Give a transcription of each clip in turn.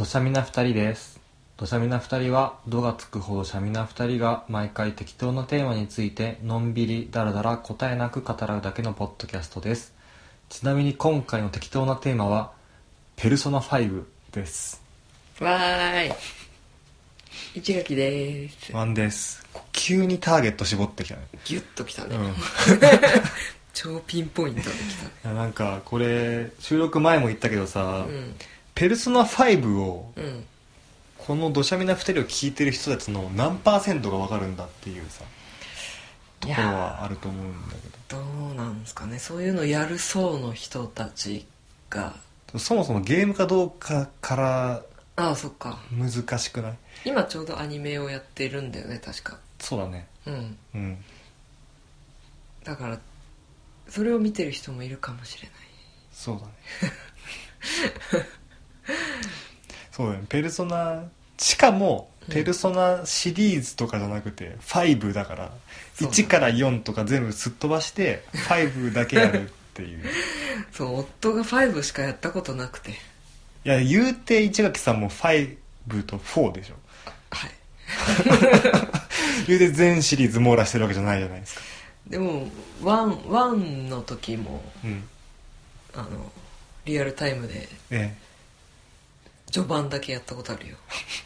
土砂みな二人です。土砂みな二人は度がつくほどシャミな二人が毎回適当なテーマについてのんびりだらだら答えなく語らうだけのポッドキャストです。ちなみに今回の適当なテーマはペルソナ5です。 わーい、市垣でーす。 ワンです。急にターゲット絞ってきたね。 ギュッときたね、 うん超ピンポイントできたね。 なんかこれ収録前も言ったけどさ、 うんペルソナ5をうんこの土砂みな2人を聞いてる人たちの何パーセントが分かるんだっていうさところはあると思うんだけどうなんですかね、そういうのやる層の人たちが。 ど、そもそもゲームかどうかからああ、そっか。 難しくない？ 今ちょうどアニメをやってるんだよね、確か。 そうだね。 うんうんだからそれを見てる人もいるかもしれない。 そうだねそうだね。ペルソナ、しかもペルソナシリーズとかじゃなくて5だから、1から4とか全部すっ飛ばして5だけやるっていうそう、夫が5しかやったことなくて。 いや言うて市垣さんも5と4でしょ。 はい言うて全シリーズ網羅してるわけじゃないじゃないですか。 でも1の時もうんリアルタイムでえ序盤だけやったことあるよ。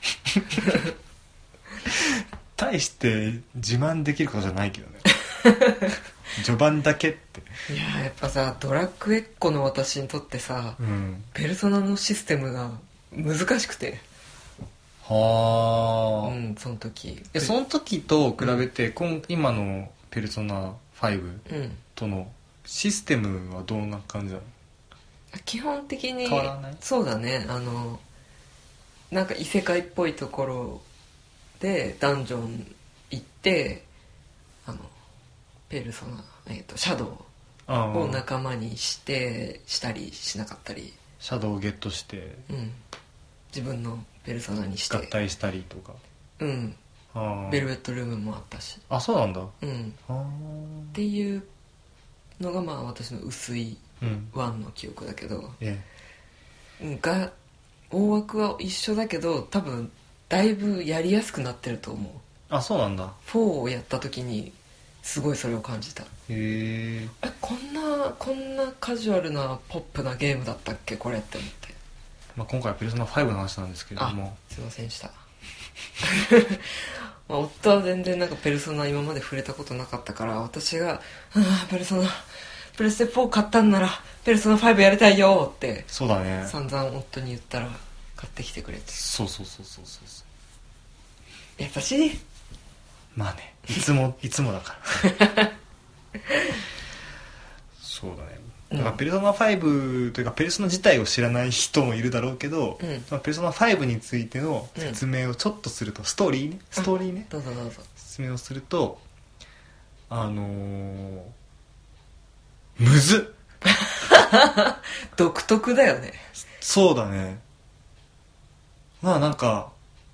大して自慢できることじゃないけどね序盤だけって。 いややっぱさ、ドラクエっ子の私にとってさ、ペルソナのシステムが難しくて。 はあ、 その時。 その時と比べて、今のペルソナ5とのシステムはどんな感じなの？ 基本的に変わらない？ そうだね。なんか異世界っぽいところでダンジョン行ってペルソナ、シャドウを仲間にしたりしなかったり、 シャドウをゲットして、 自分のペルソナにして合体したりとか。 ベルベットルームもあったし。 あ、そうなんだ。 っていうのがまあ私の薄いワンの記憶だけど、大枠は一緒だけど多分だいぶやりやすくなってると思う。 あ、そうなんだ。 4をやった時にすごいそれを感じた。 へえ。 こんなカジュアルなポップなゲームだったっけこれって思って。 今回はペルソナ5の話なんですけれども。 すいませんでした夫は全然なんかペルソナ今まで触れたことなかったから、私がペルソナプレステ4買ったんならペルソナ5やりたいよってそうだね、 散々夫に言ったら買ってきてくれて。 そう優しい。 まあね、いつもだからそうだね。だからペルソナ5というかペルソナ自体を知らない人もいるだろうけど、ペルソナ5についての説明をちょっとすると、ストーリーねどうぞ説明をすると、むずっ独特だよね。 そうだね。まあなんか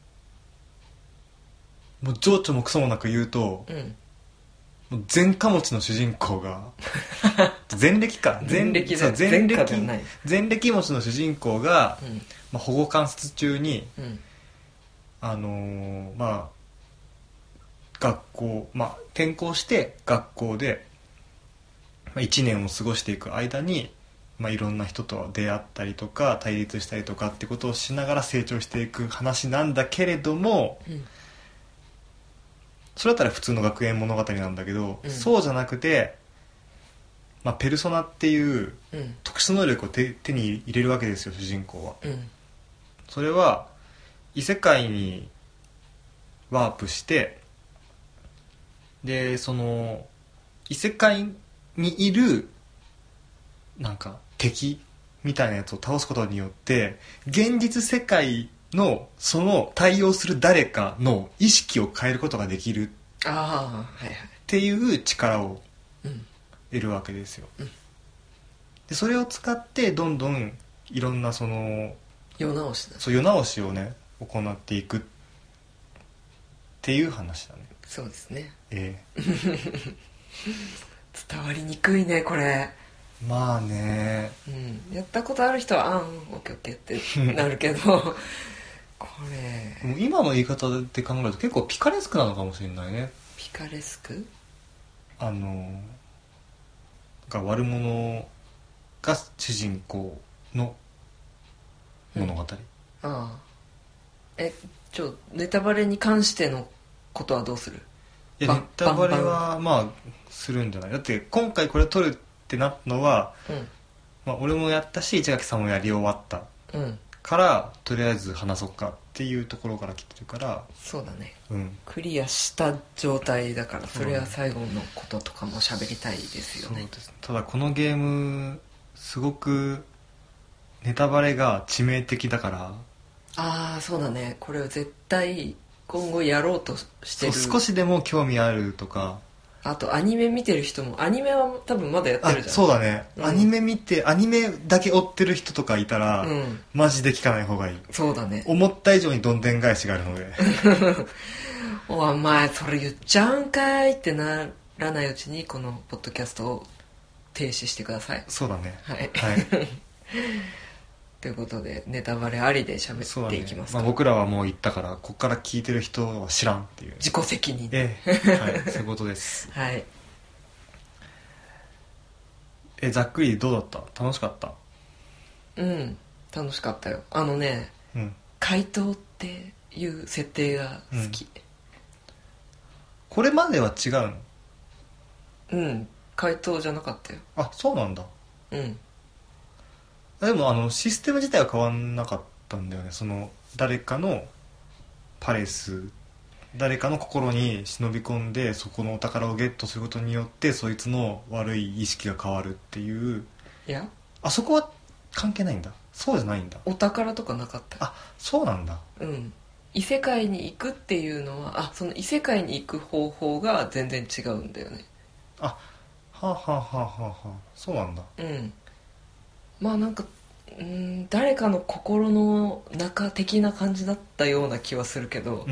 もう情緒もクソもなく言うと、もう前科持ちの主人公が前歴持ちの主人公が、保護観察中に、学校、転校して学校で、1年を過ごしていく間に、いろんな人と出会ったりとか対立したりとかってことをしながら成長していく話なんだけれども、それだったら普通の学園物語なんだけど、そうじゃなくて、ペルソナっていう特殊能力を手に入れるわけですよ、主人公は。それは異世界にワープして、でその異世界にいるなんか敵みたいなやつを倒すことによって現実世界のその対応する誰かの意識を変えることができるっていう力を得るわけですよ。でそれを使ってどんどんいろんなその世直しをね行っていくっていう話だね。 そうですね。 伝わりにくいねこれ。 まあね、 やったことある人はオッケーオッケーってなるけどれもう今の言い方で考えると結構ピカレスクなのかもしれないね。 ピカレスクが悪者が主人公の物語、 ああネタバレに関してのことはどうする？ いやネタバレはまあするんじゃない？だって今回これ撮るってなったのは、まあ、俺もやったし市垣さんもやり終わったから、とりあえず話そうかっていうところから来てるから。 そうだね、 うん、 クリアした状態だから、それは最後のこととかも喋りたいですよね。 そうです。ただこのゲームすごくネタバレが致命的だから。 ああそうだね、これは絶対今後やろうとしてる。 少しでも興味あるとか、 あとアニメ見てる人も、アニメは多分まだやってるじゃん。 そうだね、アニメ見てアニメだけ追ってる人とかいたら、マジで聞かない方がいい。 そうだね、 思った以上にどんでん返しがあるのでお前それ言っちゃうんかいってならないうちにこのポッドキャストを停止してください。 そうだね、 はい、 はいということでネタバレありで喋っていきますか。 まあ、僕らはもう言ったから、ここから聞いてる人は知らんっていう自己責任はい、そういうことですはいざっくりどうだった？楽しかった？ 楽しかったよ。怪盗っていう設定が好き、 これまでは違うの？ 怪盗じゃなかったよ。 あ、そうなんだ。でもシステム自体は変わんなかったんだよね。その誰かのパレス、誰かの心に忍び込んでそこのお宝をゲットすることによってそいつの悪い意識が変わるっていう。 いや、 あそこは関係ないんだ。そうじゃないんだ。 お宝とかなかった。 あ、そうなんだ。 異世界に行くっていうのは、その異世界に行く方法が全然違うんだよね。 はあはあはあはあはあ、そうなんだ。 まあなんか誰かの心の中的な感じだったような気はするけど、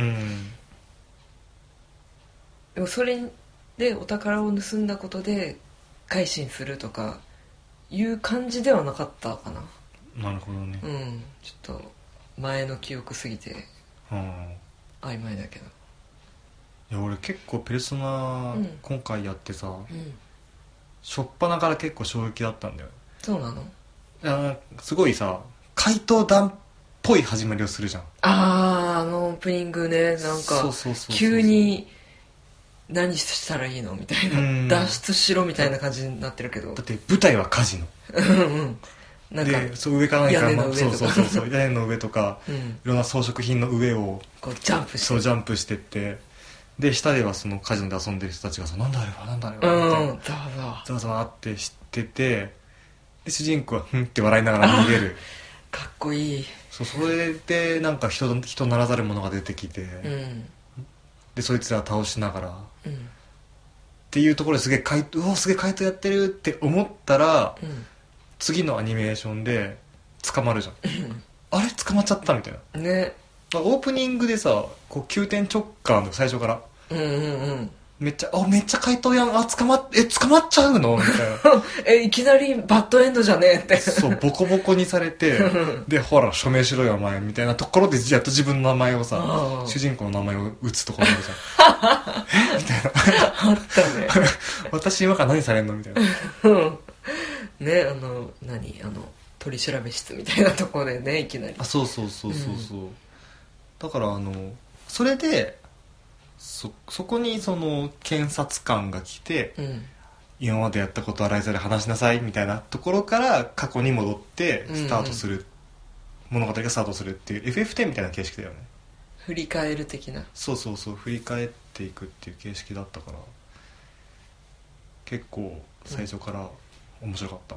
でもそれでお宝を盗んだことで改心するとかいう感じではなかったかな。 なるほどね。 ちょっと前の記憶すぎて曖昧だけど。 いや俺結構ペルソナ、今回やってさ、初っ端から結構衝撃だったんだよ。 そうなの？ すごいさ、怪盗団っぽい始まりをするじゃん。 オープニングね、なんか急に何したらいいのみたいな、脱出しろみたいな感じになってるけど、 だって舞台はカジノなんかで、そう上から何から屋根の上とかそう屋根の上とか、いろんな装飾品の上をこうジャンプしてって、で下ではそのカジノで遊んでる人たちがさ、なんだあれはなんだあれはってざわざわって知ってて、で主人公はふんって笑いながら逃げる。 かっこいい。 それでなんか人ならざる者が出てきて、でそいつら倒しながら、っていうところですげえ怪盗やってるって思ったら、次のアニメーションで捕まるじゃんあれ捕まっちゃったみたいなね。 オープニングでさ、こう急転直下の最初からめっちゃ怪盗やん、捕まっちゃうのみたいないきなりバッドエンドじゃねえってそうボコボコにされてでほら署名しろよお前みたいなところでやっと自分の名前をさ、主人公の名前を打つところあるじゃんみたいなあったね私今から何されんのみたいなね、取り調べ室みたいなところでね、いきなり。 そう、だからそれでそこにその検察官が来て、今までやったこと洗いざらい話しなさいみたいなところから過去に戻ってスタートする、物語がスタートするっていう FF10 みたいな形式だよね。 振り返る的な。 そう振り返っていくっていう形式だったから結構最初から面白かった。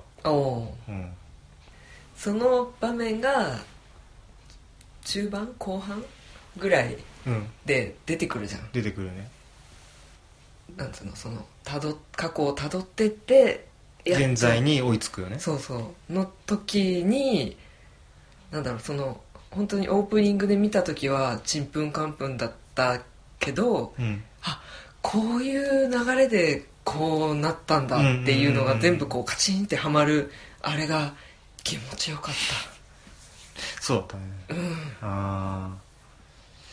その場面が中盤後半ぐらいで出てくるじゃん。 出てくるね。 なんつうの、その過去をたどってって現在に追いつくよね。 そうの時に、なんだろう、その本当にオープニングで見た時はちんぷんかんぷんだったけど、こういう流れでこうなったんだっていうのが全部こうカチンってはまる、あれが気持ちよかった。 そうだったね。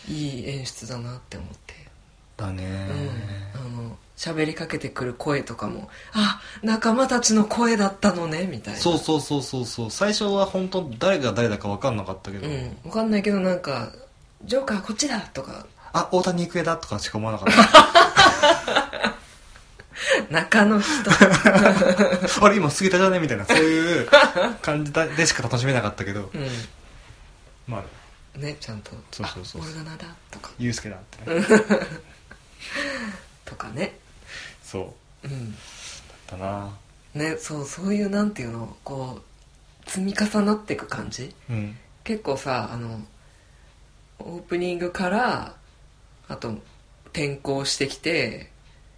いい演出だなって思って。 だね、 喋りかけてくる声とかも、あ、仲間たちの声だったのねみたいな。 そう最初は本当誰が誰だか分かんなかったけど、 分かんないけどなんかジョーカーこっちだとか、 あ、大谷育英だとかしか思わなかった中の人あれ今過ぎたじゃねみたいな、そういう感じでしか楽しめなかったけど、まあね、ちゃんとそうオルガナだとかユースケだってねとかね、 そう、だったなね。そういうなんていうの、こう積み重なっていく感じ、結構さ、オープニングからあと転校してきて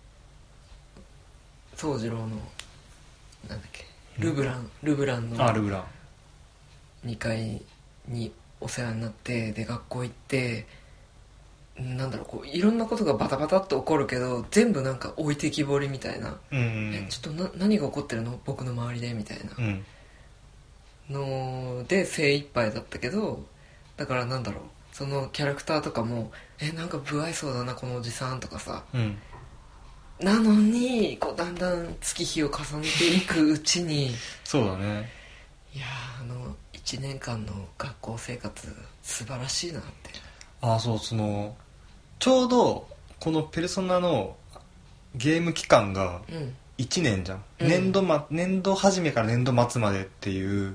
宗次郎のなんだっけ、ルブランの2階にお世話になって、で学校行って、なんだろう、こういろんなことがバタバタっと起こるけど全部なんか置いてきぼりみたいな、ちょっと何が起こってるの僕の周りでみたいなので精一杯だったけど、だからなんだろう、そのキャラクターとかもなんか不愛想だなこのおじさんとかさ、なのにこうだんだん月日を重ねていくうちにそうだね、 いや1年間の学校生活素晴らしいなって。 そう、ちょうどこのペルソナのゲーム期間が1年じゃん、年度始めから年度末までっていう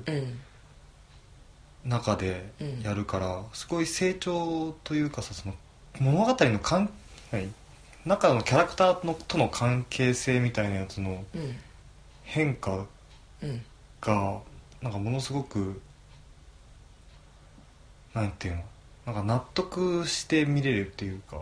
中でやるから、すごい成長というかさ、その物語の中のキャラクターとの関係性みたいなやつの変化がなんかものすごく、なんていうの、なんか納得して見れるっていうか、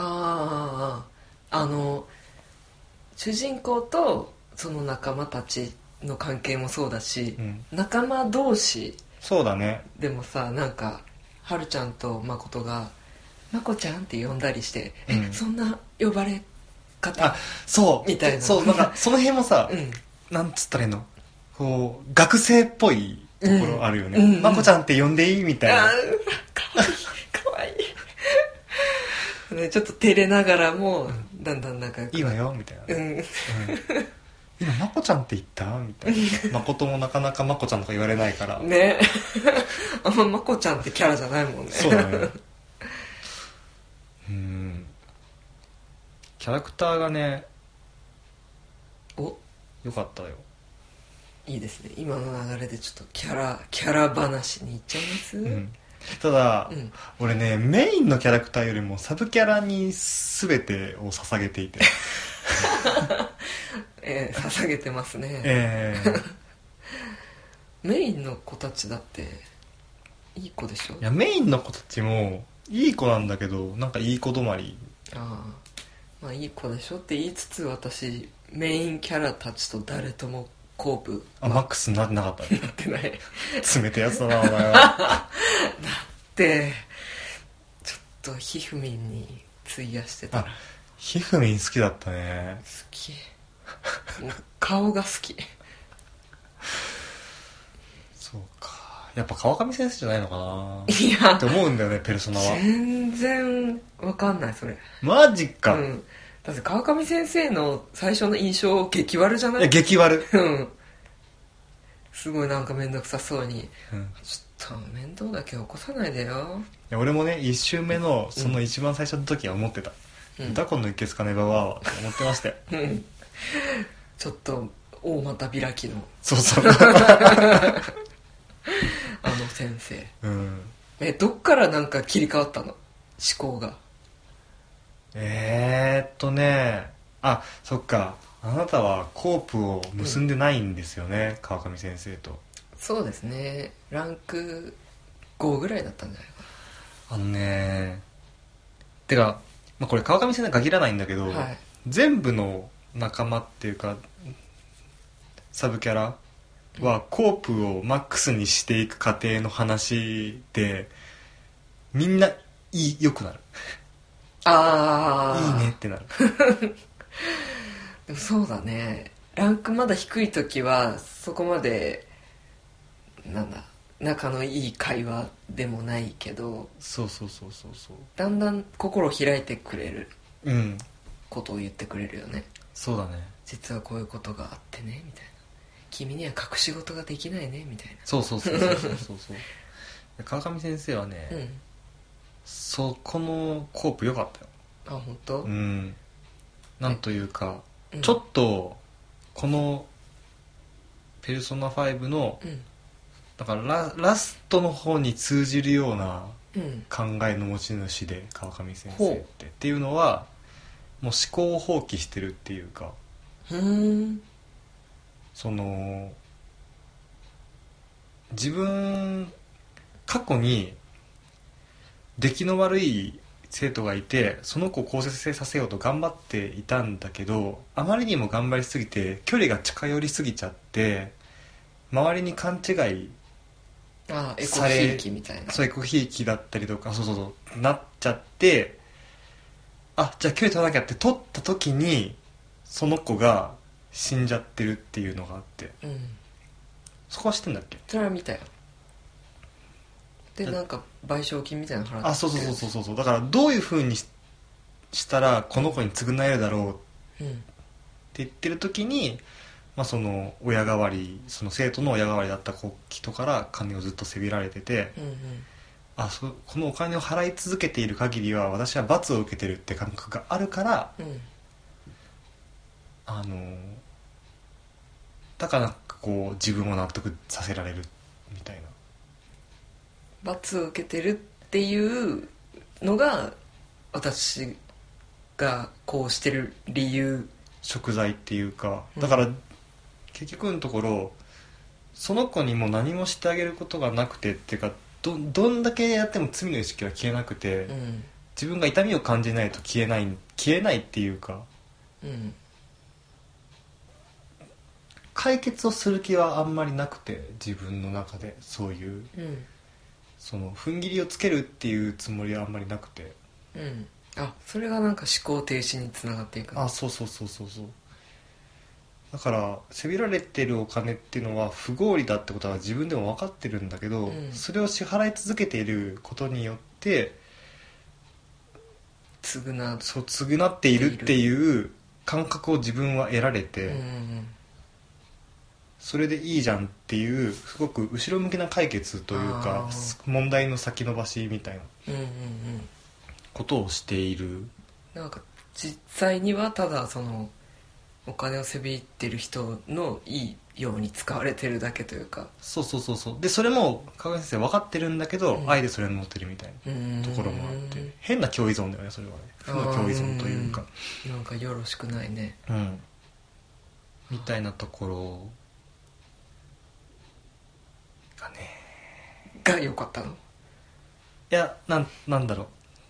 主人公とその仲間たちの関係もそうだし、仲間同士そうだね、 でもさ、なんかはるちゃんとまことがまこちゃんって呼んだりして、そんな呼ばれ方そうみたいな、 そう、なんかその辺もさ、なんつったらいいの、こう学生っぽいところあるよね、まこちゃんって呼んでいいみたいな、 かわいいね、ちょっと照れながらもだんだん仲良く、 いいわよみたいな、今まこちゃんって言ったみたいなまこともなかなかまこちゃんとか言われないからねあんままこちゃんってキャラじゃないもんね。 そうだねキャラクターがね、よかったよ。 いいですね。今の流れでちょっとキャラ話に行っちゃいます、 ただ、俺ね、メインのキャラクターよりもサブキャラに全てを捧げていて捧げてますね。メインの子たちだっていい子でしょ。 いや、メインの子たちもいい子なんだけど、なんかいい子止まり。 まあいい子でしょって言いつつ、私メインキャラたちと誰ともコープマックスになってなかったなってない。 冷てえやつだなお前はだってちょっとひふみんに費やしてた。 ひふみん好きだったね。 好きもう顔が好きそうか、やっぱ川上先生じゃないのかないやって思うんだよね、ペルソナは。 全然わかんないそれ。 マジか。 だって川上先生の最初の印象激悪じゃない？ いや激悪すごいなんか面倒くさそうに、ちょっと面倒だけ起こさないでよ。 いや俺もね、1周目のその一番最初の時は思ってた、歌子のいけすかねばはって思ってましたよちょっと大股開きのそう先生、どっからなんか切り替わったの、思考が。 そっか、あなたはコープを結んでないんですよね、川上先生と。 そうですね、ランク5ぐらいだったんじゃないかな。 てか、これ川上先生に限らないんだけど、全部の仲間っていうかサブキャラはコープをマックスにしていく過程の話でみんな良くなる。いいねってなるでもそうだね、ランクまだ低い時はそこまでなんだ仲のいい会話でもないけど、 そうだんだん心を開いてくれるうんことを言ってくれるよね。 そうだね。 実はこういうことがあってねみたいな、君には隠し事ができないねみたいな。 そう川上先生はね、そこのコープ良かったよ。 あ、本当？ なんというか、ちょっとこのペルソナ5の、だからラストの方に通じるような考えの持ち主で、川上先生っていうのはもう思考を放棄してるっていうか、その自分過去に出来の悪い生徒がいて、その子を更生させようと頑張っていたんだけど、あまりにも頑張りすぎて距離が近寄りすぎちゃって周りに勘違いエコひいきみたいな。 そうエコひいきだったりとか、なっちゃって、じゃあ距離取らなきゃって取った時にその子が死んじゃってるっていうのがあって、そこは知ってんだっけ？ それは見たよ。でなんか賠償金みたいなの払ってそうだからどういう風にしたらこの子に償えるだろうって言ってる時に、その親代わり、その生徒の親代わりだった人から金をずっとせびられてて、このお金を払い続けている限りは私は罰を受けてるって感覚があるから、だからこう自分を納得させられるみたいな。 罰を受けてるっていうのが私がこうしてる理由、 贖罪っていうか、だから結局のところその子にも何もしてあげることがなくてっていうか、どんだけやっても罪の意識は消えなくて、自分が痛みを感じないと消えないっていうか、解決をする気はあんまりなくて、自分の中でそういう、その踏ん切りをつけるっていうつもりはあんまりなくて、 それがなんか思考停止につながっていく。 そうだからせびられてるお金っていうのは不合理だってことは自分でも分かってるんだけど、それを支払い続けていることによって償っているっていう感覚を自分は得られて、それでいいじゃんっていうすごく後ろ向きな解決というか問題の先延ばしみたいなことをしている。 なんか実際にはただそのお金をせびってる人のいいように使われてるだけというか、 でそれも川上先生分かってるんだけど、あえてそれに乗ってるみたいなところもあって、変な共依存だよね、それはね。負の共依存というか、 なんかよろしくないね、 みたいなところが良かったの。いや、なんだろ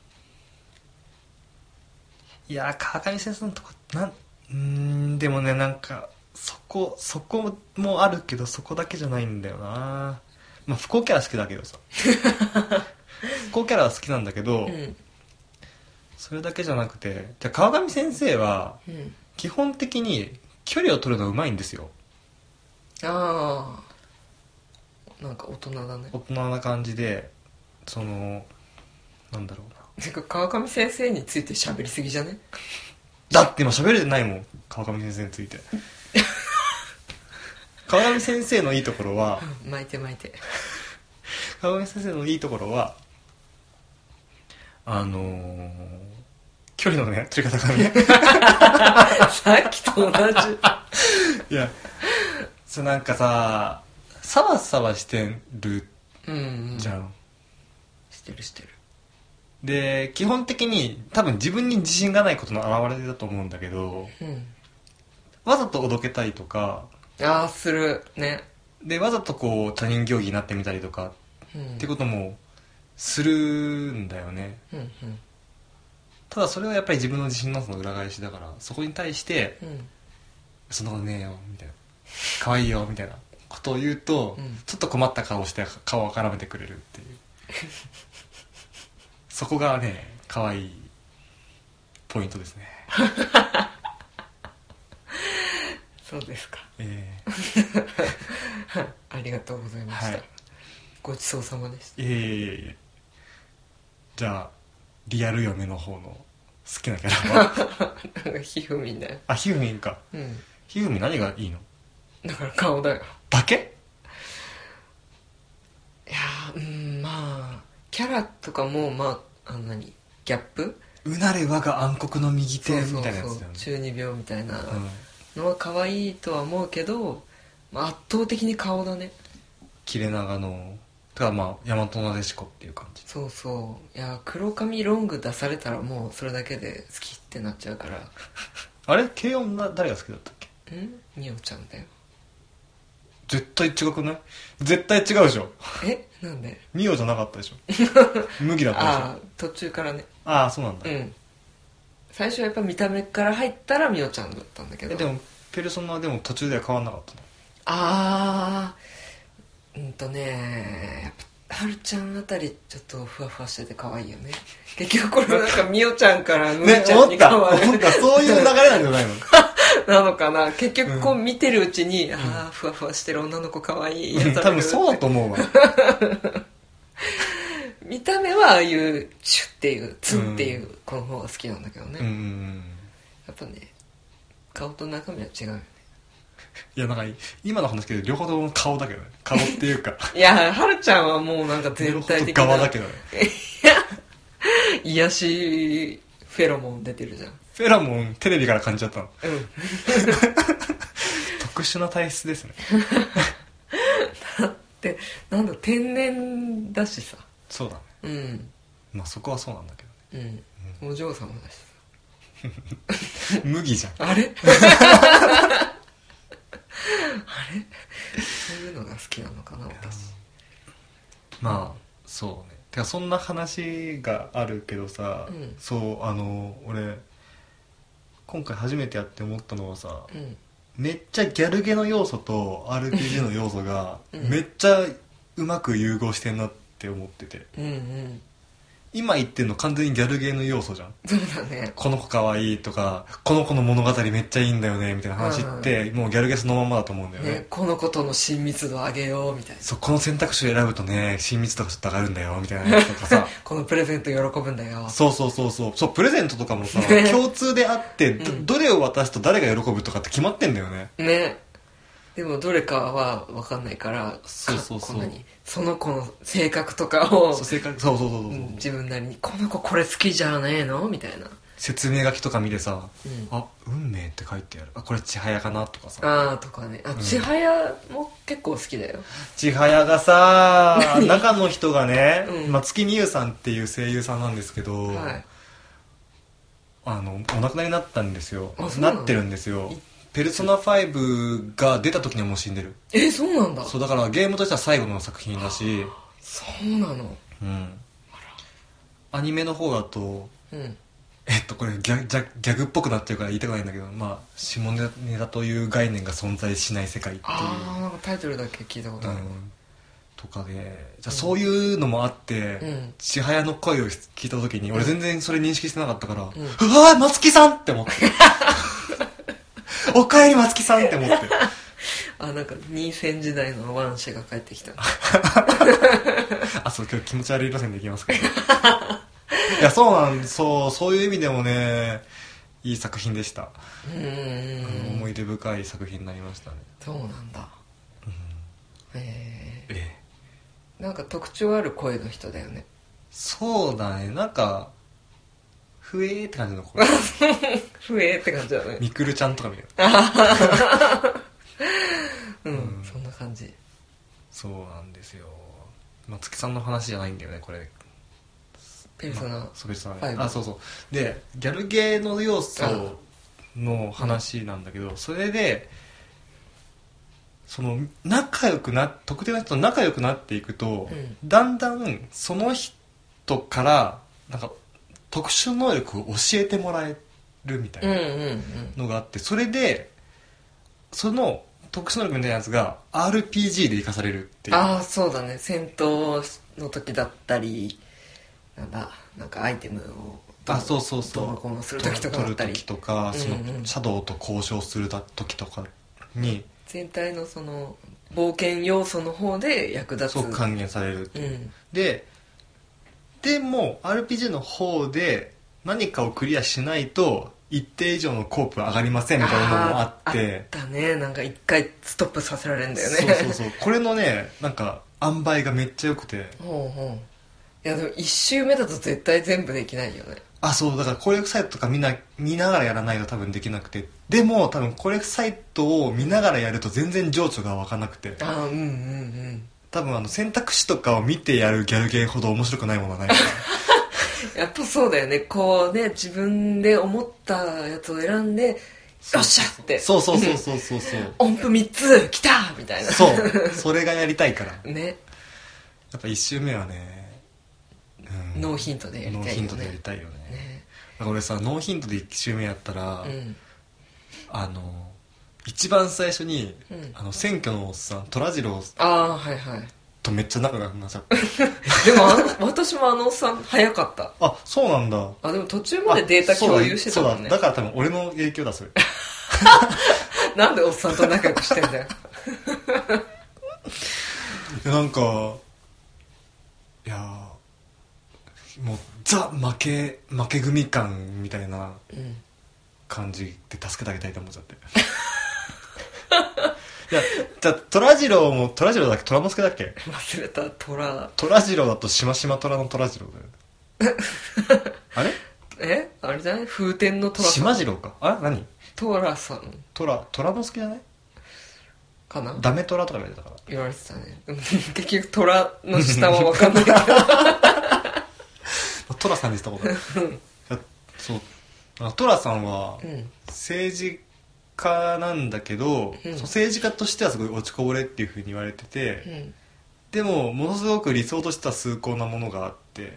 う、いや川上先生のとこでもね、なんかそこもあるけど、そこだけじゃないんだよな。不幸キャラ好きだけどさ不幸キャラは好きなんだけど、それだけじゃなくて、じゃ川上先生は基本的に距離を取るのうまいんですよ。 なんか大人だね。 大人な感じで、なんだろうな。 てか川上先生について喋りすぎじゃね？ だって今喋れてないもん、川上先生について川上先生のいいところは巻いて川上先生のいいところは距離のね取り方がねさっきと同じいや、なんかさ、サバサバしてるじゃん。 してる。 で基本的に多分自分に自信がないことの表れだと思うんだけど、わざとおどけたいとかするね。 でわざとこう他人行儀になってみたりとか、ってこともするんだよね、ただそれはやっぱり自分の自信のなさの裏返しだから、そこに対して、そんなことねえよみたいな、可愛いよみたいなことを言うと、ちょっと困った顔して顔を絡めてくれるっていうそこがね可愛いポイントですねそうですか、 えありがとうございました、 ごちそうさまでした。 じゃあリアル嫁の方の好きなキャラはなんかひふみんだよ。 あ、ひふみんか。ひふみん何がいいの？ だから顔だよ。 だけ？ いやまあキャラとかもまあ何ギャップ？ うなれ我が暗黒の右手みたいなやつだよね。 そう中二病みたいなのは可愛いとは思うけど、まあ、圧倒的に顔だね。 切れ長のとかまあ大和なでしこっていう感じ。 そうそう。いや黒髪ロング出されたらもうそれだけで好きってなっちゃうからあれ軽音誰が好きだったっけ？ みおちゃんだよ。 絶対違くない？絶対違うでしょ。 なんで？ みおじゃなかったでしょ。麦だったでしょ。 ああ途中からね。 ああそうなんだ。 最初はやっぱ見た目から入ったらみおちゃんだったんだけど。 でもペルソナでも途中では変わんなかったの？ ああやっぱはるちゃんあたりちょっとふわふわしてて可愛いよね。結局これなんかみおちゃんからむーちゃんに変わる、 思ったそういう流れなんじゃないの？ なのかな。結局こう見てるうちに、ああふわふわしてる女の子可愛い、 多分そうだと思うわ。 見た目はああいうシュッっていうツンっていう子の方が好きなんだけどね。やっぱね顔と中身は違うよね。 いやなんか今の話けど両方とも顔だけどね。顔っていうかいやはるちゃんはもうなんか全体的な側だけどね。 癒しフェロモン出てるじゃん。 フェロモンテレビから感じちゃったの。特殊な体質ですね。 だってなんだ天然だしさ。 そうだね。まあそこはそうなんだけどね。 お嬢様だしさ。麦じゃん。 あれそういうのが好きなのかな私。 まあそうね。てかそんな話があるけどさ、そう俺今回初めてやって思ったのはさ、めっちゃギャルゲの要素と RPG の要素がめっちゃうまく融合してんなって思ってて、今言ってんの完全にギャルゲーの要素じゃん。 そうだね。 この子かわいいとかこの子の物語めっちゃいいんだよねみたいな話ってもうギャルゲーそのままだと思うんだよね。 この子との親密度上げようみたいな。 そうこの選択肢を選ぶとね親密度がちょっと上がるんだよみたいなやつとかさこのプレゼント喜ぶんだよ。 そうプレゼントとかもさ共通であってどれを渡すと誰が喜ぶとかって決まってんだよね。 でもどれかは分かんないからその子の性格とかを自分なりにこの子これ好きじゃねえのみたいな説明書きとか見てさ、あ運命って書いてある、あこれ千早かなとかさとかね。千早も結構好きだよ。 千早がさ中の人がね、松木美優さんっていう声優さんなんですけど、お亡くなりになったんですよ。なってるんですよ。ペルソナ5が出た時にはもう死んでる。 そうなんだ。 そうだからゲームとしては最後の作品だし。 そうなの。 アニメの方だと、これギャグっぽくなってるから言いたくないんだけど、まあ下ネタという概念が存在しない世界っていうなんかタイトルだけ聞いたことある、 とかで、じゃあそういうのもあって、千早の声を聞いた時に俺全然それ認識してなかったから、うわ松木さんって思っておかえり松木さんって思ってなんか2戦時代のワンシが帰ってきたそう今日気持ち悪い路線でいきますけどいやそういう意味でもねいい作品でした。思い出深い作品になりましたね。 そうなんだ。なんか特徴ある声の人だよね。 そうだね。なんかふえーって感じの声ふえーって感じだね。 みくるちゃんとか見るそんな感じ。 そうなんですよ。松木さんの話じゃないんだよねこれ。 ペルソナ 5。そうでギャルゲーの要素の話なんだけど、それでその特定の人と仲良くなっていくと、だんだんその人からなんか特殊能力を教えてもらえるみたいなのがあって、それでその特殊能力みたいなやつが RPG で生かされるっていう。 そうだね。戦闘の時だったりなんかアイテムをどうこうする時とかだったり、 取る時とか、そのシャドウと交渉する時とかに全体のその冒険要素の方で役立つ、 そう還元されるっていう、でも RPG の方で何かをクリアしないと一定以上のコープ上がりませんみたいなのもあって、 あったね、なんか一回ストップさせられるんだよね。 そうこれのねなんか塩梅がめっちゃ良くて、 いやでも1周目だと絶対全部できないよね。 そうだから攻略サイトとか見ながらやらないと多分できなくて、でも多分攻略サイトを見ながらやると全然情緒が湧かなくて、多分選択肢とかを見てやるギャルゲーほど面白くないものはないからやっぱそうだよね、こうね自分で思ったやつを選んでよっしゃってそう音符3つきたみたいな、 それがやりたいからね。 やっぱ1周目はね、 ノーヒントでやりたいよね。 ノーヒントでやりたいよね。だから俺さノーヒントで1周目やったら、一番最初に、選挙のおっさん虎次郎とめっちゃ仲がなっちゃったでも私もおっさん早かった。 そうなんだ。 でも途中までデータ共有してたもんね。 だから多分俺の影響だそれなんでおっさんと仲良くしてんだよなんかいやもうザ負け組感みたいな感じで助けてあげたいと思っちゃっていやじゃあ虎次郎も虎次郎だっけ虎之助だっけ忘れた。 虎次郎だとしましま虎の虎次郎だよあれあれじゃない、風天の虎さん。 しま次郎か。何虎さん虎之助じゃないかな。 ダメ虎とか言われたから言われてたね結局虎の下は分かんないけど寅さんにしたことあるそう寅さんは政治家なんだけど、政治家としてはすごい落ちこぼれっていうふうに言われてて、でもものすごく理想としては崇高なものがあって、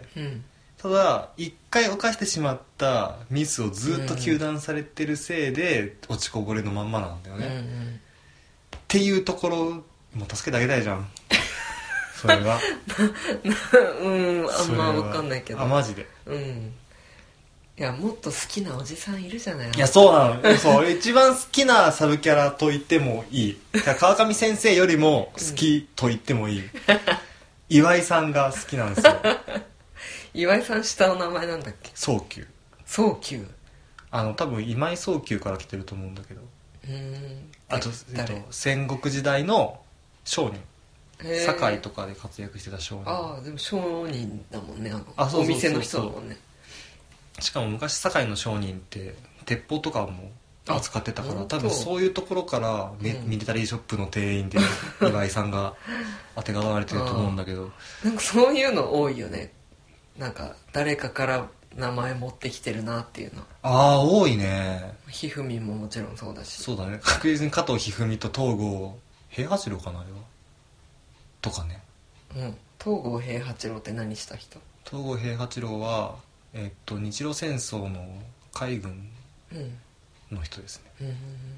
ただ一回犯してしまったミスをずっと糾弾されてるせいで落ちこぼれのまんまなんだよね、っていうところも助けてあげたいじゃんそれはあんま分かんないけど。 マジでいやもっと好きなおじさんいるじゃない。 いやそうなのそう一番好きなサブキャラと言ってもいい川上先生よりも好きと言ってもいい、岩井さんが好きなんですよ岩井さん下の名前なんだっけ。 早急多分今井早急から来てると思うんだけど、あと、戦国時代の商人、堺とかで活躍してた商人。 でも商人だもんね、 お店の人だもんね。 しかも昔堺の商人って鉄砲とかも扱ってたから、多分そういうところから、ミリタリーショップの店員で岩井さんがあてがわれてると思うんだけどなんかそういうの多いよね。なんか誰かから名前持ってきてるなっていうの。 多いね。 ひふみももちろんそうだし。 そうだね、確実に加藤一二三と東郷平八郎かなあれはとかね。 東郷平八郎って何した人？ 東郷平八郎は日露戦争の海軍の人ですね。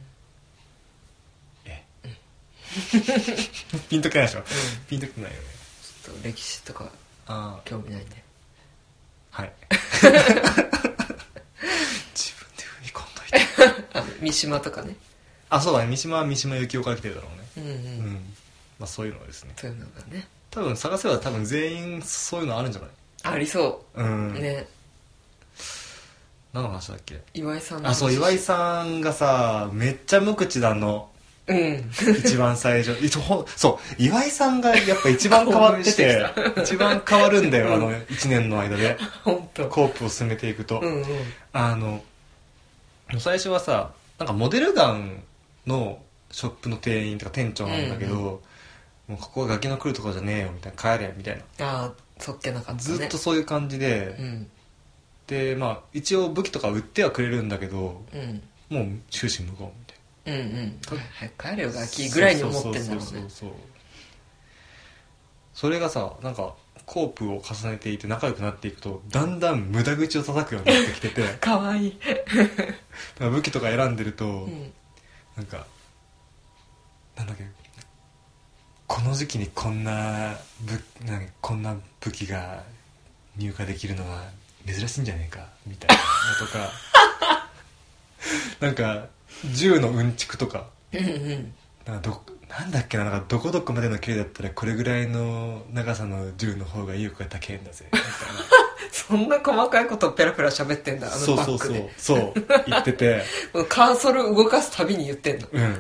ピンときないでしょ、ピンときないよね。 ちょっと歴史とか興味ないんで。 はい自分で踏み込んどいて三島とかね。 そうだね、三島は三島由紀夫から来てるだろうね。そういうのですね。 そういうのがね、 多分探せば多分全員そういうのあるんじゃない？ ありそうね。 何の話だっけ？ 岩井さん。 そう、岩井さんがさめっちゃ無口だの。一番最初そう岩井さんがやっぱ一番変わってて一番変わるんだよ1年の間で本当コープを進めていくと、最初はさなんかモデルガンのショップの店員とか店長なんだけど、もうここはガキの来るところじゃねえよみたいな、帰れみたいな、 そっけなかったね。 ずっとそういう感じで、で一応武器とか売ってはくれるんだけど、もう終始無言みたいな。 早く帰れよガキぐらいに思ってんだろうね。 それがさなんかコープを重ねていて仲良くなっていくとだんだん無駄口を叩くようになってきててかわいい武器とか選んでると、なんだっけ、この時期にこんな武器が入荷できるのは珍しいんじゃねえかみたいなのとかなんか銃のうんちくとか、なんかなんだっけな、なんかどこどこまでの距離だったらこれぐらいの長さの銃の方が威力が高いんだぜみたいなそんな細かいことをペラペラ喋ってんだ、あのバッグで。 そう言っててカーソル動かすたびに言ってんの。 うん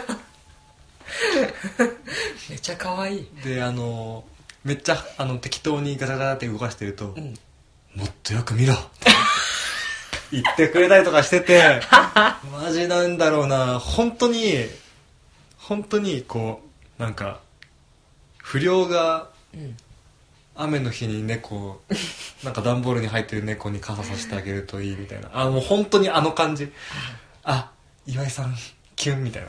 めっちゃ可愛い。 でめっちゃ適当にガチャガチャって動かしてると、もっとよく見ろ言ってくれたりとかしててマジなんだろうな、本当にこうなんか不良が雨の日に猫なんか段ボールに入ってる猫に傘させてあげるといいみたいな、もう本当にあの感じ、岩井さんキュンみたいな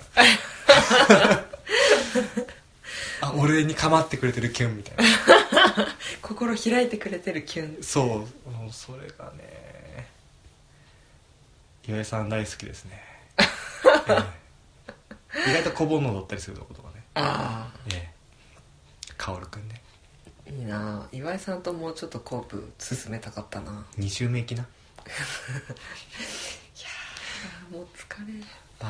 俺に構ってくれてるキュンみたいな心開いてくれてるキュン。 そう、もうそれがね、岩井さん大好きですね、意外と小煩悩だったりするとことかね。薫くんね、 いいな。岩井さんともうちょっとコープ進めたかったな。 2週目行きな。いやもう疲れる。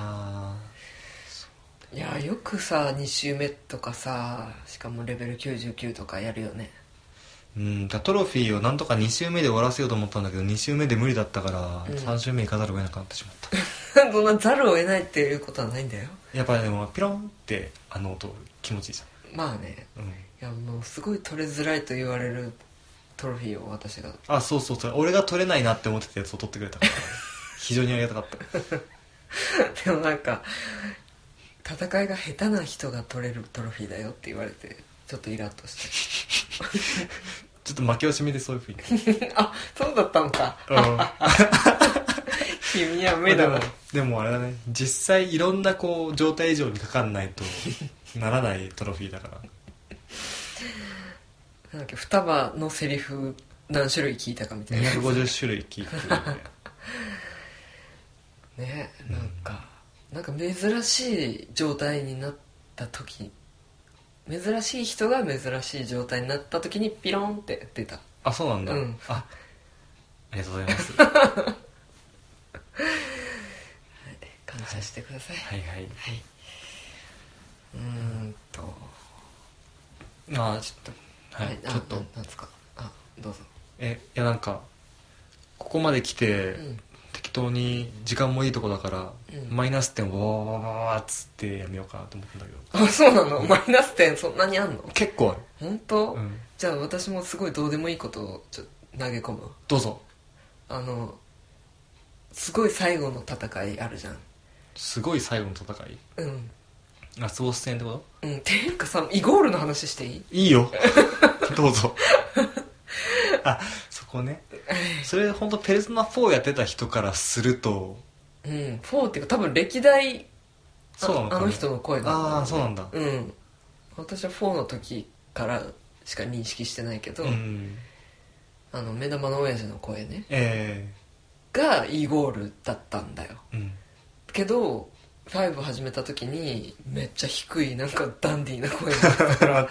そういやよくさ2週目とかさ、しかもレベル99とかやるよね。 トロフィーをなんとか2週目で終わらせようと思ったんだけど2週目で無理だったから、3週目行かざるを得なくなってしまったそんなざるを得ないっていうことはないんだよ。 やっぱりでもピロンって音気持ちいいじゃん。 まあね、いやもうすごい取れづらいと言われるトロフィーを私がそう俺が取れないなって思ってたやつを取ってくれたから非常にありがたかったでもなんか戦いが下手な人が取れるトロフィーだよって言われてちょっとイラッとしてちょっと負け惜しみでそういうふうにそうだったのか君は目だな。 でもあれだね、実際いろんなこう状態以上にかかんないとならないトロフィーだからなんだっけ、双葉のセリフ何種類聞いたかみたいな 250種類聞いてるね。なんか珍しい状態になった時、珍しい人が珍しい状態になった時にピロンって出た。 そうなんだ、ありがとうございます感謝してください。 はいはい、ちょっとちょっとなんですか。どうぞ。 いやなんかここまで来て、適当に時間もいいとこだから、マイナス点をわーっつってやめようかなと思ったんだけど。 そうなの、マイナス点そんなにあんの？ 結構ある。 本当？じゃあ私もすごいどうでもいいことを投げ込む。 どうぞ。 すごい最後の戦いあるじゃん。 すごい最後の戦い？ラスボス戦ってこと？ っていうかさ、イゴールの話していい？ いいよどうぞそこね。それ本当ペルソナ4やってた人からすると 4っていうか多分歴代そうなのか、ね、 あの人の声なんだ、ね、 そうなんだ。 私は4の時からしか認識してないけど、目玉の親父の声ね、がイゴールだったんだよ、けど5始めた時にめっちゃ低いなんかダンディーな声になったから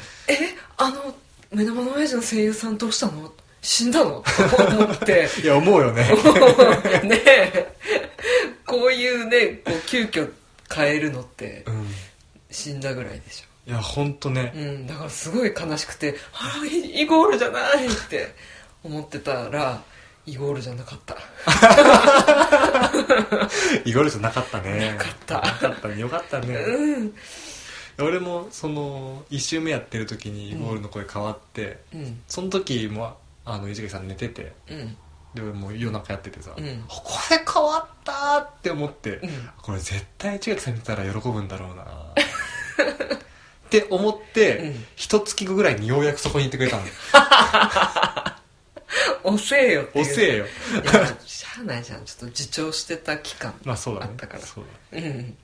目玉の親父の声優さんどうしたの？死んだの？と思っていや思うよねねえ、こういうねこう急遽変えるのって、死んだぐらいでしょ。 いやほんとね、 だからすごい悲しくてイゴールじゃないって思ってたらイゴールじゃなかったイゴールじゃなかったね。 なかったよかったね、俺もその1周目やってる時にイゴールの声変わって、その時も石垣さん寝てて、で俺もう夜中やっててさ、これ変わったって思って、これ絶対石垣さん見たら喜ぶんだろうなって思って、一月後ぐらいにようやくそこに行ってくれたの遅えよっていう。 遅えよいやしゃあないじゃん、ちょっと自重してた期間あったから、 そうだね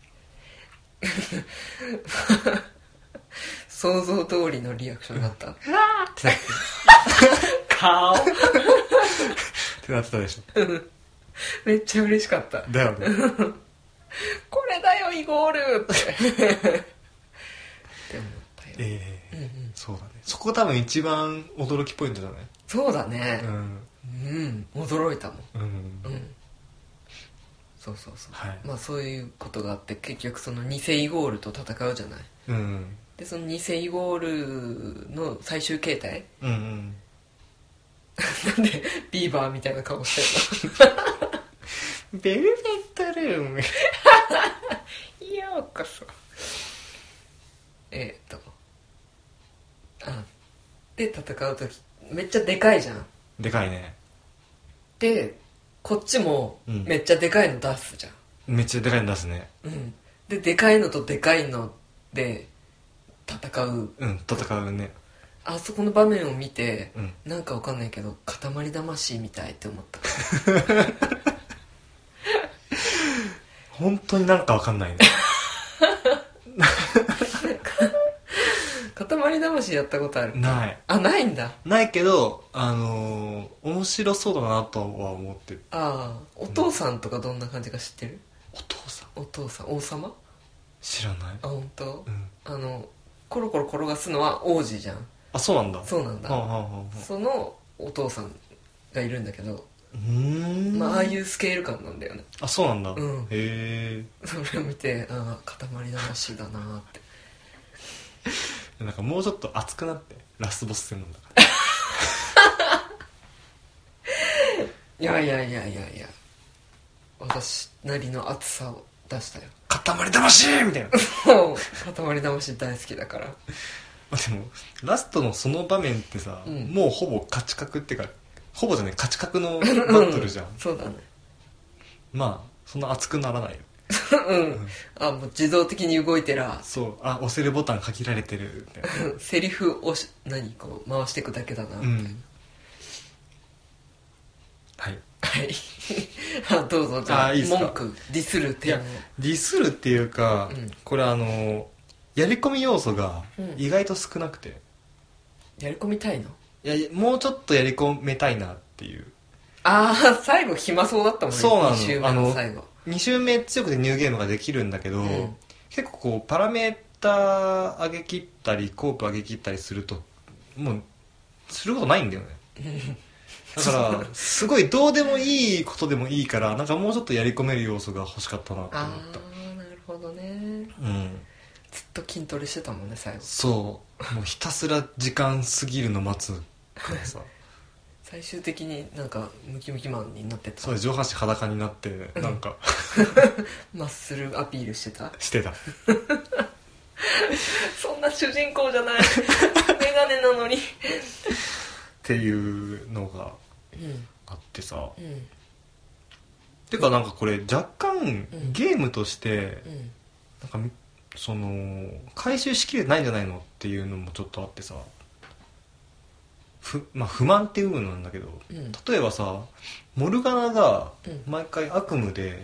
想像通りのリアクションだった。 ってなって顔ってなってたでしょめっちゃ嬉しかった。 だよねこれだよイゴールってって思ったよ。 そうだね。そこ多分一番驚きポイントじゃない？ そうだね。驚いたもん。 そうそうそう、 はい、 まあそういうことがあって、結局その偽イゴールと戦うじゃない、 うん、 でその偽イゴールの最終形態、 うんうん、 なんでビーバーみたいな顔してるのベルベットルームようこそ。で戦う時めっちゃでかいじゃん。 でかいね。 でこっちもめっちゃでかいの出すじゃん、 めっちゃでかいの出すね。 うん、ででかいのとでかいので戦う、 戦うね。 あそこの場面を見て、 うん、 なんかわかんないけど塊魂みたいって思った本当になんかわかんないね塊魂やったことある？ ない。 あ、ないんだ。 ないけど面白そうだなとは思ってる。 ああ、お父さんとかどんな感じか知ってる？ お父さん？ お父さん、王様？ 知らない。 あ、本当？ うん。 コロコロ転がすのは王子じゃん。 あ、そうなんだ。 そうなんだ。そのお父さんがいるんだけど、まあああいうスケール感なんだよね。 あ、そうなんだ。 うん。 へえ。 それを見て、ああ塊魂だなってなんかもうちょっと熱くなって、ラスボス戦なんだからいやいやいやいやいや、私なりの熱さを出したよ。 塊魂みたいな塊魂大好きだからでもラストのその場面ってさ、もうほぼ勝ち確っていうか、ほぼじゃない、勝ち確のバトルじゃんそうだね。 まあそんな熱くならないよあ、もう自動的に動いてら、 そう、あ、押せるボタン限られてるみたいなセリフをこう回していくだけだな、 はいはいどうぞ。じゃあ、いいですか？文句ディスるっていうの。 ディスるっていうか、これやり込み要素が意外と少なくて、 やり込みたいの？ いや、もうちょっとやり込めたいなっていう。 ああ、最後暇そうだったもんね。 そうなの。 2周目の最後、 2周目強くてニューゲームができるんだけど、結構こうパラメータ上げ切ったりコープ上げ切ったりするともうすることないんだよねだからすごいどうでもいいことでもいいから、なんかもうちょっとやり込める要素が欲しかったなと思った。 ああ、なるほどね。ずっと筋トレしてたもんね最後。 そう、もうひたすら時間過ぎるの待つからさ最終的になんかムキムキマンになってた。 そう、上半身裸になってなんかマッスルアピールしてたそんな主人公じゃないメガネなのにっていうのがあってさ、てかなんかこれ若干ゲームとしてなんかその回収しきれてないんじゃないのっていうのもちょっとあってさ、まあ、不満っていう部分なんだけど、例えばさ、モルガナが毎回悪夢で、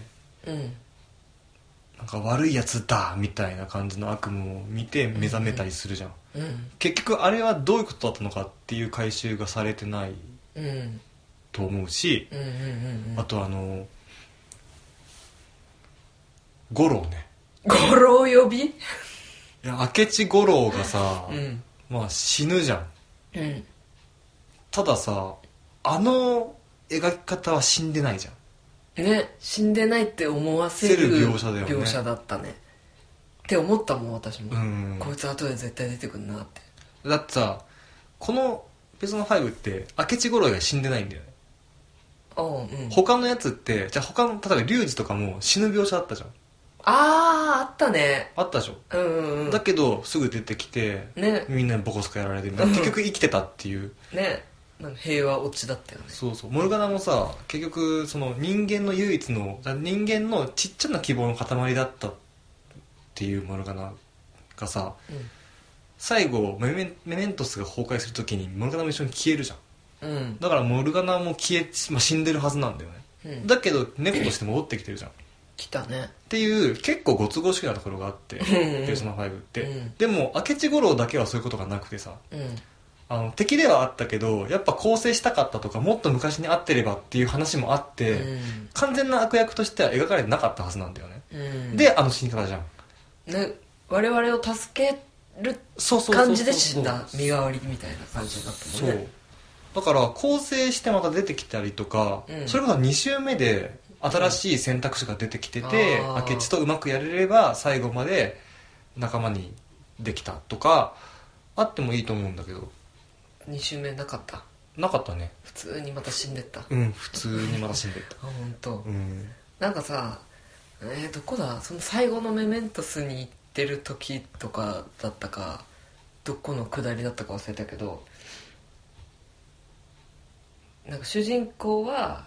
なんか悪いやつだみたいな感じの悪夢を見て目覚めたりするじゃん、結局あれはどういうことだったのかっていう回収がされてないと思うし、あと五郎ね、 五郎呼び？いや、明智五郎がさ、まあ死ぬじゃん、たださ、描き方は死んでないじゃんね。死んでないって思わせる描写だったねって思ったもん私も、こいつ後で絶対出てくるなって。 だってさ、このペソナ5って明智五郎が死んでないんだよね。他のやつって、じゃあ他の例えば龍二とかも死ぬ描写あったじゃん。 あったね。 あったでしょ、だけどすぐ出てきて、みんなにボコスカやられて、結局生きてたっていうね。なんか平和落ちだったよね。 そうそう、モルガナもさ、結局その人間の唯一の人間のちっちゃな希望の塊だったっていうモルガナがさ、最後メメントスが崩壊するときにモルガナも一緒に消えるじゃん、だからモルガナも死んでるはずなんだよね、だけど猫として戻ってきてるじゃん。 来たねっていう結構ご都合主義なところがあってペルソナ5って、でも明智五郎だけはそういうことがなくてさ、敵ではあったけどやっぱ更生したかったとか、もっと昔に会ってればっていう話もあって、完全な悪役としては描かれてなかったはずなんだよね、で死に方じゃんね。我々を助ける感じで死んだ身代わりみたいな感じになったもんね。 そうだから更生してまた出てきたりとか、それこそ2周目で新しい選択肢が出てきてて、明智とうまくやれれば最後まで仲間にできたとかあってもいいと思うんだけど、 2周目なかった？ なかったね。 普通にまた死んでった。 普通にまた死んでったあ、本当。なんかさ、どこだ、その最後のメメントスに行ってる時とかだったか、どこの下りだったか忘れたけど、なんか主人公は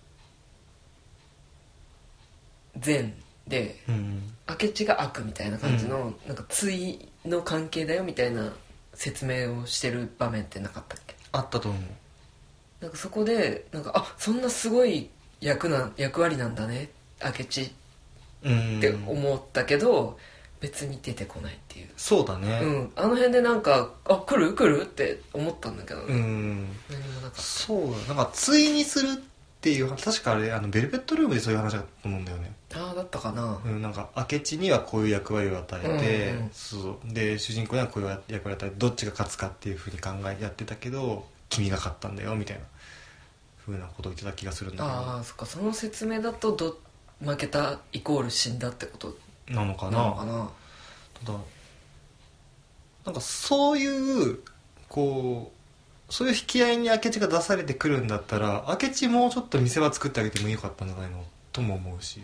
善で、明智が悪みたいな感じの、なんか対の関係だよみたいな説明をしてる場面ってなかったっけ？ あったと思う。 なんかそこでなんか、そんなすごい役割なんだね明智って思ったけど、別に出てこないっていう。 そうだね。 あの辺でなんか来るって思ったんだけど、何もなかった。 そうだ、なんか対にするっていう、確かあれベルベットルームでそういう話だと思うんだよね。 だったかな。 なんか明智にはこういう役割を与えて、そうで主人公にはこういう役割を与えて、どっちが勝つかっていうふうにやってたけど、君が勝ったんだよみたいなふうなことを言ってた気がするんだけど。 そっか、その説明だと負けたイコール死んだってことなのかな。ただなんかそういうそういう引き合いに明智が出されてくるんだったら、明智もうちょっと見せ場作ってあげてもよかったんじゃないのとも思うし、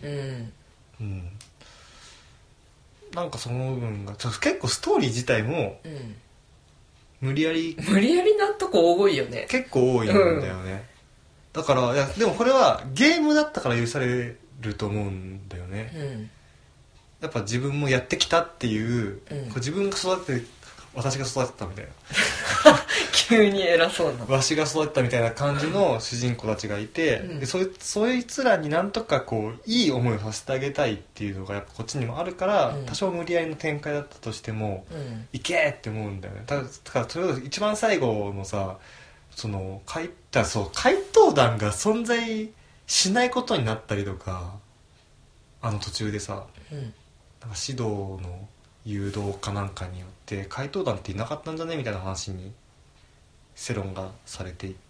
なんかその部分が結構ストーリー自体も、無理やりなとこ多いよね。 結構多いんだよね、だからでもこれはゲームだったから許されると思うんだよね、やっぱ自分もやってきたっていう、自分が育てて私が育てたみたいな急に偉そうな、 わしが育てたみたいな感じの主人公たちがいて、でそいつらになんとかいい思いをさせてあげたいっていうのがやっぱこっちにもあるから、多少無理やりの展開だったとしても、いけーって思うんだよね。だからそれを一番最後のさ、怪盗団が存在しないことになったりとか、途中でさ、なんか指導の誘導かなんかによって怪盗団っていなかったんじゃねみたいな話に世論がされていって、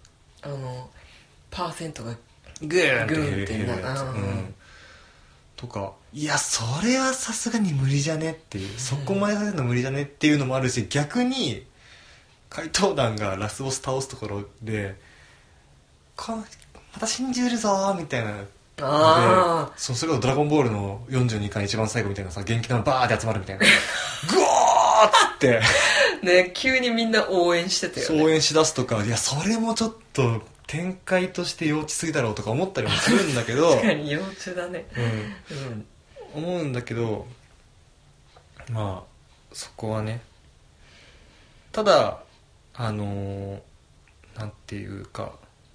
パーセントがグーンって減るやつ、とか、いやそれはさすがに無理じゃねっていう、そこまでさせるの無理じゃねっていうのもあるし、逆に怪盗団がラスボス倒すところでまた信じるぞみたいな、それこそドラゴンボールの42巻一番最後みたいなさ、元気なのバーって集まるみたいなグオーっつってね、急にみんな応援してたよね。 応援しだすとか、いやそれもちょっと展開として幼稚すぎだろうとか思ったりもするんだけど確かに幼稚だね、 思うんだけど、まあそこはね、ただなんていうか、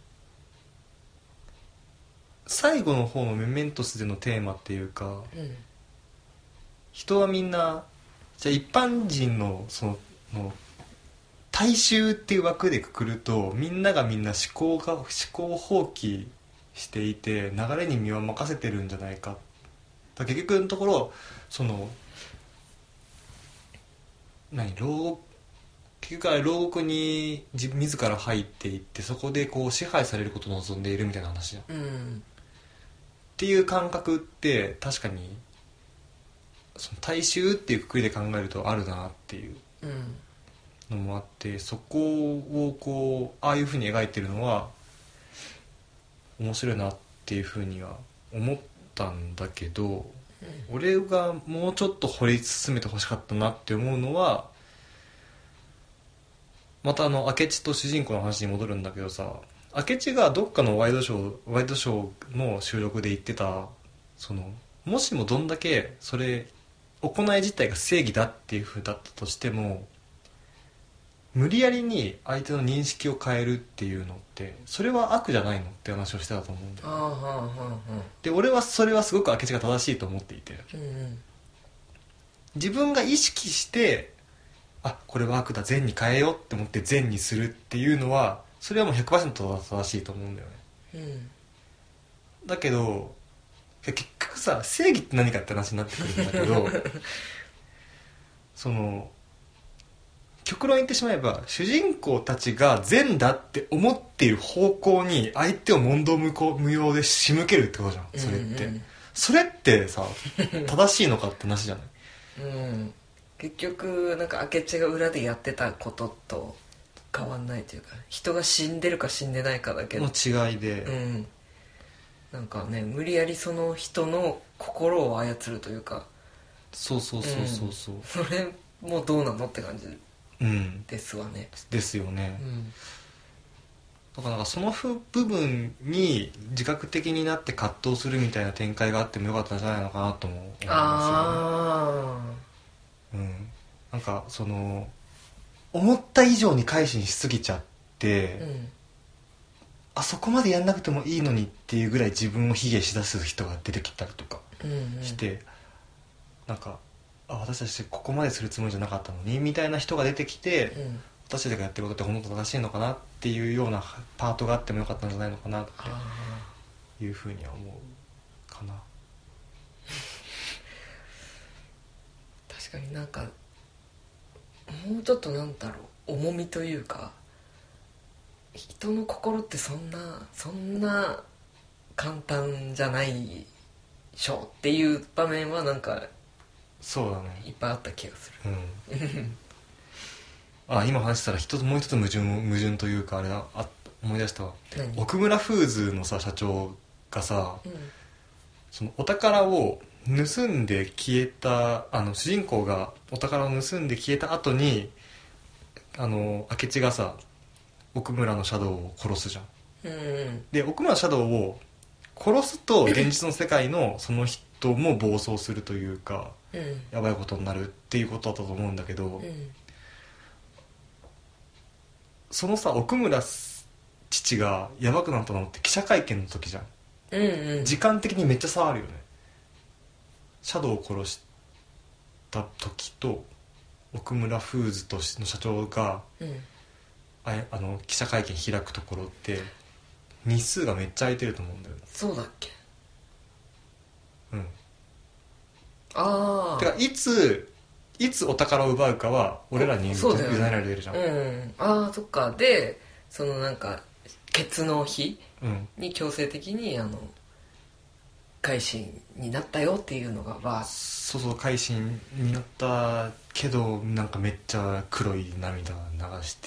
最後の方のメメントスでのテーマっていうか、人はみんなじゃあ一般人の大衆っていう枠でくくると、みんながみんな思考を放棄していて流れに身を任せてるんじゃないか。結局のところ結局は牢獄に自ら入っていって、そこで支配されることを望んでいるみたいな話じゃん、っていう感覚って確かに大衆っていうくくりで考えるとあるなっていうのもあって、そこをああいう風に描いてるのは面白いなっていう風には思ったんだけど、俺がもうちょっと掘り進めてほしかったなって思うのは、また明智と主人公の話に戻るんだけどさ、明智がどっかのワイドショーの収録で言ってた、もしもどんだけそれ行い自体が正義だっていう風だったとしても、無理やりに相手の認識を変えるっていうのって、それは悪じゃないのって話をしてたと思うんだよ。で俺はそれはすごく明智が正しいと思っていて、自分が意識してこれは悪だ、善に変えようって思って善にするっていうのは、それはもう 100% 正しいと思うんだよね、だけど結局さ、正義って何かって話になってくるんだけど極論言ってしまえば主人公たちが善だって思っている方向に相手を問答無用で仕向けるってことじゃんそれって、うんうん、それってさ正しいのかって話じゃない、 うん、結局なんか明智が裏でやってたことと変わんないというか人が死んでるか死んでないかだけの違いで、 うん、なんかね無理やりその人の心を操るというかそう、 それもどうなのって感じですわね、 ですよね、だからなんかその部分に自覚的になって葛藤するみたいな展開があってもよかったんじゃないのかなとも思いますよね。なんかその思った以上に改心しすぎちゃって、あそこまでやんなくてもいいのにっていうぐらい自分を卑下しだす人が出てきたりとかして、なんか私たちここまでするつもりじゃなかったのにみたいな人が出てきて、私たちがやってることって本当正しいのかなっていうようなパートがあってもよかったんじゃないのかなっていうふうには思うかな。 確かになんかもうちょっとなんだろう重みというか人の心ってそんな簡単じゃないでしょっていう場面はなんかそうだねいっぱいあった気がする、今話したらもう一つ矛盾というかあれ思い出したわ。奥村フーズのさ社長がさ、そのお宝を盗んで消えた主人公がお宝を盗んで消えた後に明智がさ奥村のシャドウを殺すじゃん、で奥村シャドウを殺すと現実の世界のその人も暴走するというか、やばいことになるっていうことだったと思うんだけど、そのさ奥村父がやばくなったのって記者会見の時じゃん、時間的にめっちゃ差あるよね。シャドウを殺した時と奥村フーズの社長が、記者会見開くところって日数がめっちゃ空いてると思うんだよね。 そうだっけ。 てかいつお宝を奪うかは俺らに委ねられてるじゃん、 そっか。でそのなんかケツの日に強制的に改心になったよっていうのがそう改心になったけどなんかめっちゃ黒い涙流して、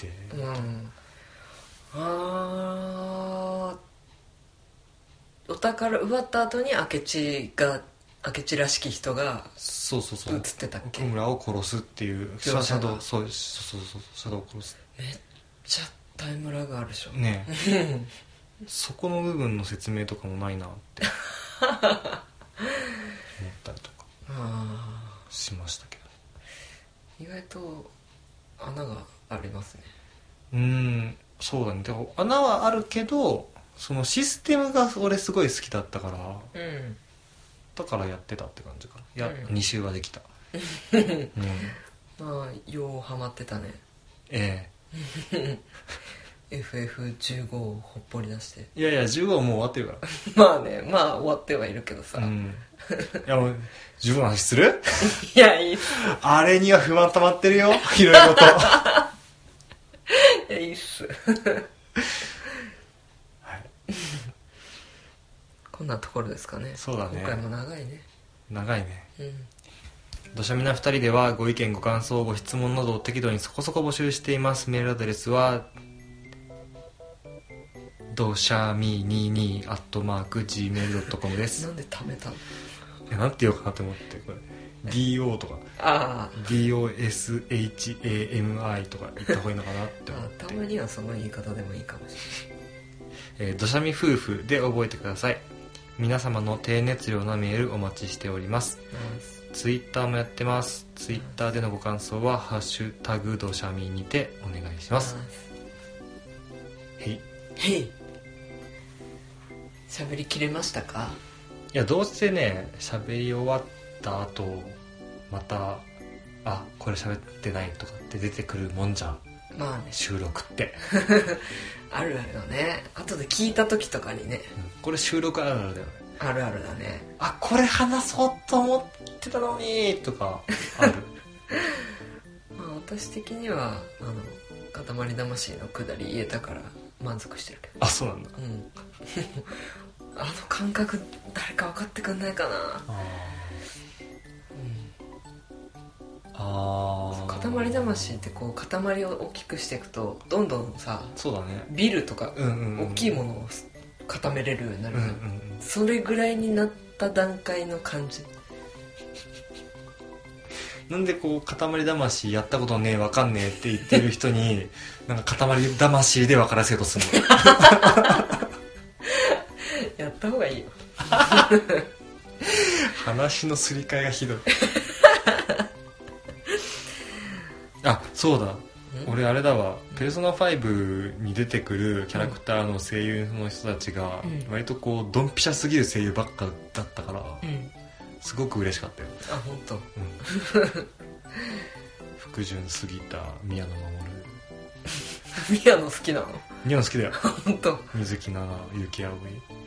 お宝奪った後に明智らしき人が映ってたっけ。 奥村を殺すっていうシャドウを殺す。 めっちゃタイムラグあるでしょねそこの部分の説明とかもないなって思ったりとかしましたけど、意外と穴がありますね。 そうだね。でも穴はあるけどそのシステムが俺すごい好きだったから、だからやってたって感じかな。2周はできたまあようハマってたね。FF15 をほっぽり出して。 いや15はもう終わってるからまあね、まあ終わってはいるけどさ、 いやもう15の話するいやいいっす。 あれには不満溜まってるよいろいろといやいいっすこんなところですかね。 そうだね。 今回も長いね。 どしゃみな2人ではご意見ご感想ご質問などを適度にそこそこ募集しています。メールアドレスはどしゃみ22@gmail.com です。 なんで貯めたの。 なんて言おうかなと思ってこれ DO とかDOSHAMI とか言った方がいいのかなって思ってたまにはその言い方でもいいかもしれない。どしゃみ夫婦で覚えてください。皆様の低熱量なメールお待ちしております。ツイッターもやってます。ツイッターでのご感想はハッシュタグどしゃみにてお願いします。へい喋りきれましたか。 いやどうせね喋り終わった後またこれ喋ってないとかって出てくるもんじゃん。 まあね、 収録ってあるあるよね。後で聞いた時とかにね、 これ収録あるあるだよね。 あるあるだね。 これ話そうと思ってたのにとかあるまあ私的には塊魂のくだり言えたから満足してるけど。 あ、そうなんだ。 あの感覚誰か分かってくんないかな。塊魂ってこう塊を大きくしていくとどんどんさ、 そうだね、 ビルとか大きいものを固めれるようになる、それぐらいになった段階の感じ。 なんでこう塊魂やったことねえわかんねえって言ってる人になんか塊魂で分からせようとするのやった方がいいよ話のすり替えがひどいあ、そうだ、俺あれだわ、ペルソナ5に出てくるキャラクターの声優の人たちが割とこうドンピシャすぎる声優ばっかだったから、すごく嬉しかったよ。 あ、本当。 福潤、杉田、宮野真守宮野好きなの？ 宮野好きだよ本当。 水木奈々、結城葵、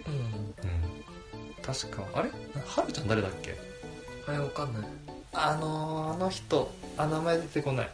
確かあれはるちゃん誰だっけ？ あれわかんない。 あの人、名前出てこない。